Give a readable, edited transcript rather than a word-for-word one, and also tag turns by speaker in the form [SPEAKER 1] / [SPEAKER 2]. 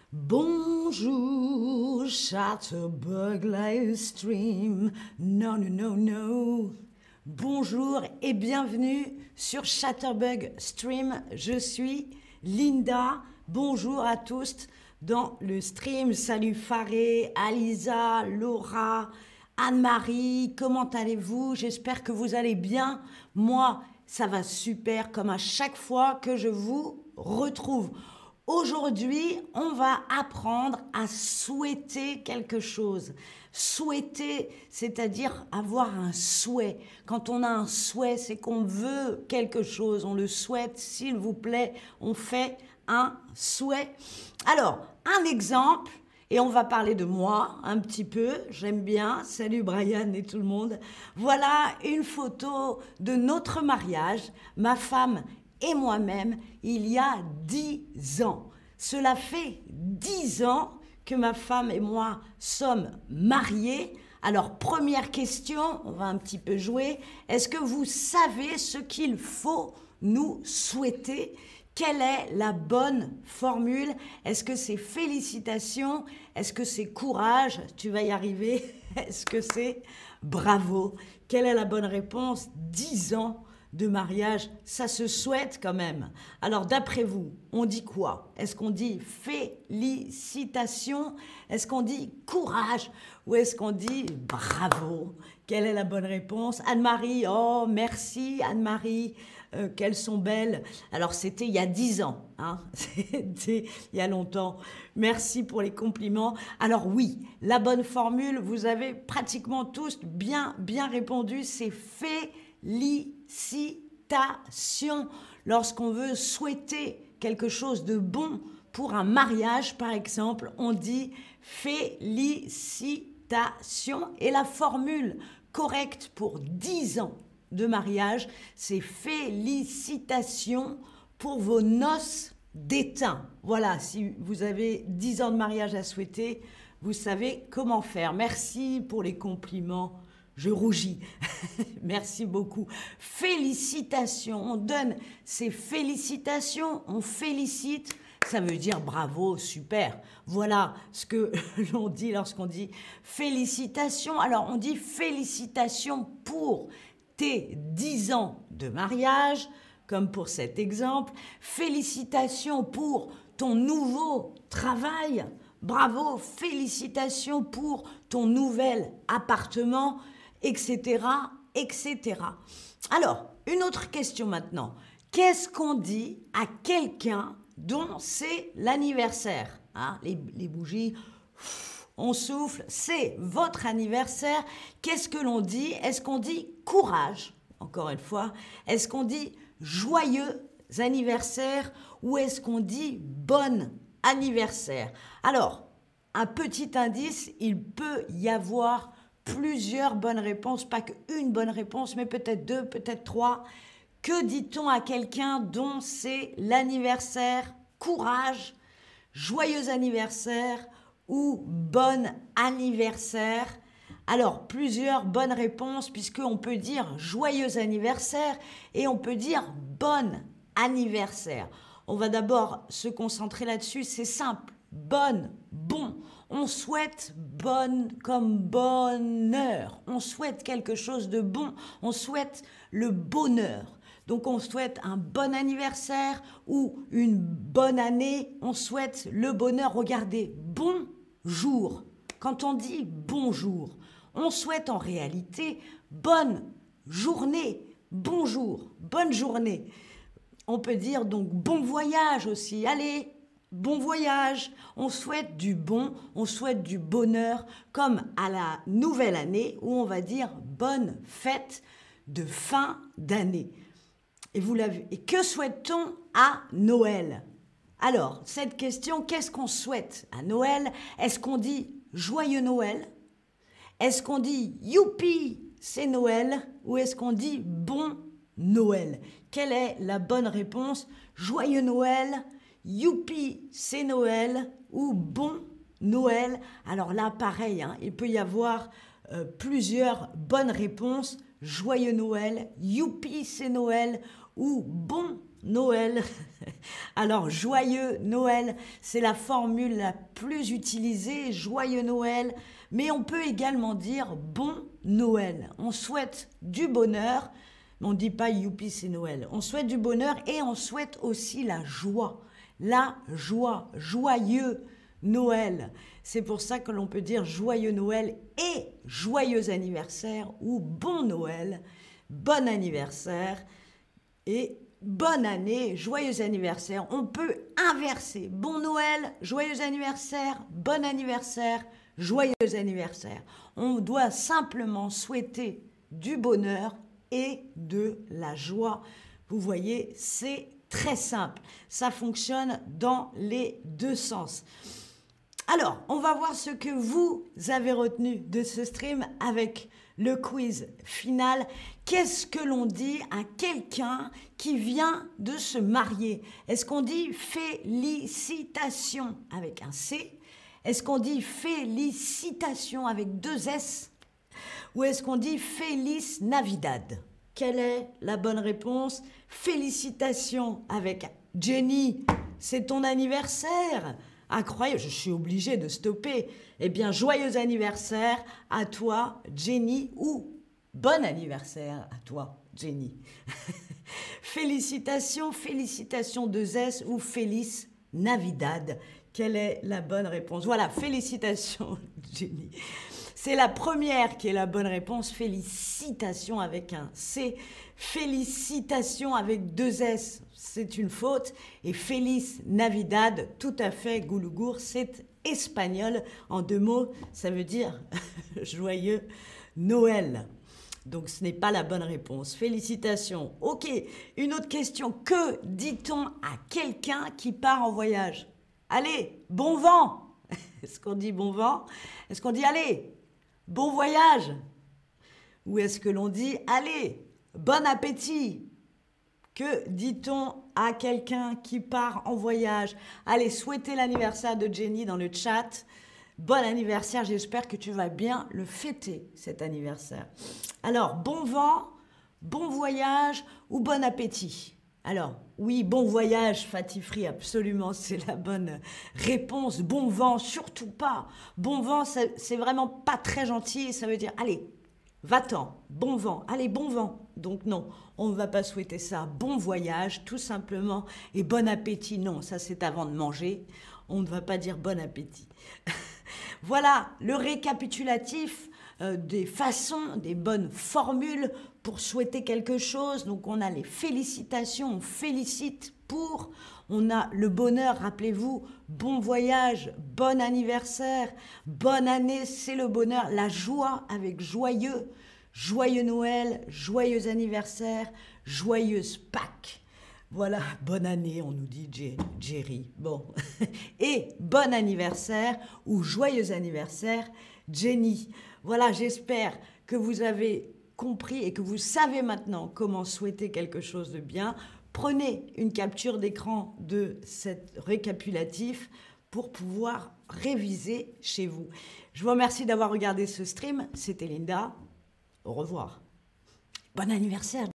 [SPEAKER 1] Bonjour, Chatterbug Livestream. Non, non, non, non. Bonjour et bienvenue sur Chatterbug Stream. Je suis Linda. Bonjour à tous dans le stream. Salut Faré, Alisa, Laura, Anne-Marie. Comment allez-vous? J'espère que vous allez bien. Moi, ça va super comme à chaque fois que je vous retrouve. Aujourd'hui, on va apprendre à souhaiter quelque chose. Souhaiter, c'est-à-dire avoir un souhait. Quand on a un souhait, c'est qu'on veut quelque chose. On le souhaite, s'il vous plaît, on fait un souhait. Alors, un exemple, et on va parler de moi un petit peu. J'aime bien. Salut Brian et tout le monde. Voilà une photo de notre mariage. Ma femme et moi-même, il y a 10 ans. Cela fait 10 ans que ma femme et moi sommes mariés. Alors, première question, on va un petit peu jouer. Est-ce que vous savez ce qu'il faut nous souhaiter? Quelle est la bonne formule? Est-ce que c'est félicitations? Est-ce que c'est courage? Tu vas y arriver. Est-ce que c'est bravo? Quelle est la bonne réponse? 10 ans de mariage, ça se souhaite quand même. Alors d'après vous, on dit quoi? Est-ce qu'on dit félicitations? Est-ce qu'on dit courage? Ou est-ce qu'on dit bravo? Quelle est la bonne réponse? Anne-Marie, oh merci Anne-Marie, qu'elles sont belles. Alors c'était il y a 10 ans, hein? C'était il y a longtemps. Merci pour les compliments. Alors oui, la bonne formule, vous avez pratiquement tous bien répondu, c'est félicitations. Lorsqu'on veut souhaiter quelque chose de bon pour un mariage, par exemple, on dit félicitations. Et la formule correcte pour 10 ans de mariage, c'est félicitations pour vos noces d'étain. Voilà, si vous avez 10 ans de mariage à souhaiter, vous savez comment faire. Merci pour les compliments. Je rougis. Merci beaucoup. Félicitations. On donne ces félicitations. On félicite. Ça veut dire bravo, super. Voilà ce que l'on dit lorsqu'on dit félicitations. Alors, on dit félicitations pour tes 10 ans de mariage, comme pour cet exemple. Félicitations pour ton nouveau travail. Bravo, félicitations pour ton nouvel appartement, etc., etc. Alors, une autre question maintenant. Qu'est-ce qu'on dit à quelqu'un dont c'est l'anniversaire? Hein, les bougies, on souffle, c'est votre anniversaire. Qu'est-ce que l'on dit? Est-ce qu'on dit courage? Encore une fois. Est-ce qu'on dit joyeux anniversaire ou est-ce qu'on dit bon anniversaire? Alors, un petit indice, il peut y avoir plusieurs bonnes réponses, pas qu'une bonne réponse, mais peut-être deux, peut-être trois. Que dit-on à quelqu'un dont c'est l'anniversaire? Courage, joyeux anniversaire ou bon anniversaire? Alors, plusieurs bonnes réponses, puisqu'on peut dire joyeux anniversaire et on peut dire bon anniversaire. On va d'abord se concentrer là-dessus, c'est simple. Bonne, bon. On souhaite bonne comme bonheur. On souhaite quelque chose de bon. On souhaite le bonheur. Donc on souhaite un bon anniversaire ou une bonne année. On souhaite le bonheur. Regardez, bonjour. Quand on dit bonjour, on souhaite en réalité bonne journée. Bonjour, bonne journée. On peut dire donc bon voyage aussi. Allez, bon voyage. On souhaite du bon, on souhaite du bonheur, comme à la nouvelle année où on va dire bonne fête de fin d'année. Et vous l'avez. Et que souhaite-t-on à Noël? Alors, cette question, qu'est-ce qu'on souhaite à Noël? Est-ce qu'on dit joyeux Noël? Est-ce qu'on dit youpi, c'est Noël? Ou est-ce qu'on dit bon Noël? Quelle est la bonne réponse? Joyeux Noël, youpi, c'est Noël ou bon Noël? Alors là, pareil, hein, il peut y avoir plusieurs bonnes réponses. Joyeux Noël, youpi, c'est Noël ou bon Noël. Alors, joyeux Noël, c'est la formule la plus utilisée, joyeux Noël, mais on peut également dire bon Noël. On souhaite du bonheur, mais on ne dit pas youpi, c'est Noël. On souhaite du bonheur et on souhaite aussi la joie. La joie, joyeux Noël. C'est pour ça que l'on peut dire joyeux Noël et joyeux anniversaire ou bon Noël, bon anniversaire et bonne année, joyeux anniversaire. On peut inverser. Bon Noël, joyeux anniversaire, bon anniversaire, joyeux anniversaire. On doit simplement souhaiter du bonheur et de la joie. Vous voyez, c'est très simple. Ça fonctionne dans les deux sens. Alors, on va voir ce que vous avez retenu de ce stream avec le quiz final. Qu'est-ce que l'on dit à quelqu'un qui vient de se marier? Est-ce qu'on dit félicitations avec un C? Est-ce qu'on dit félicitations avec deux S? Ou est-ce qu'on dit Feliz Navidad? Quelle est la bonne réponse? Félicitations avec Jenny, c'est ton anniversaire. Incroyable, je suis obligée de stopper. Eh bien, joyeux anniversaire à toi, Jenny, ou bon anniversaire à toi, Jenny. Félicitations, félicitations 2S ou Feliz Navidad. Quelle est la bonne réponse? Voilà, félicitations, Jenny. C'est la première qui est la bonne réponse. Félicitations avec un C. Félicitations avec deux S, c'est une faute. Et Feliz Navidad, tout à fait, Goulougour, c'est espagnol. En deux mots, ça veut dire joyeux Noël. Donc ce n'est pas la bonne réponse. Félicitations. Ok, une autre question. Que dit-on à quelqu'un qui part en voyage? Allez, bon vent. Est-ce qu'on dit bon vent? Est-ce qu'on dit allez, bon voyage? Ou est-ce que l'on dit allez, bon appétit? Que dit-on à quelqu'un qui part en voyage? Allez, souhaitez l'anniversaire de Jenny dans le chat. Bon anniversaire, j'espère que tu vas bien le fêter, cet anniversaire. Alors, bon vent, bon voyage ou bon appétit? Alors, oui, bon voyage, Fatifri, absolument, c'est la bonne réponse. Bon vent, surtout pas. Bon vent, c'est vraiment pas très gentil, ça veut dire, allez, va-t'en, bon vent, allez, bon vent. Donc non, on ne va pas souhaiter ça. Bon voyage, tout simplement. Et bon appétit, non, ça c'est avant de manger. On ne va pas dire bon appétit. Voilà le récapitulatif des façons, des bonnes formules pour souhaiter quelque chose. Donc on a les félicitations, on félicite pour, on a le bonheur, rappelez-vous, bon voyage, bon anniversaire, bonne année, c'est le bonheur, la joie avec joyeux, joyeux Noël, joyeux anniversaire, joyeuse Pâques. Voilà, bonne année, on nous dit Jerry. Bon. Et bon anniversaire ou joyeux anniversaire, Jenny. Voilà, j'espère que vous avez compris et que vous savez maintenant comment souhaiter quelque chose de bien. Prenez une capture d'écran de cet récapitulatif pour pouvoir réviser chez vous. Je vous remercie d'avoir regardé ce stream. C'était Linda. Au revoir. Bon anniversaire.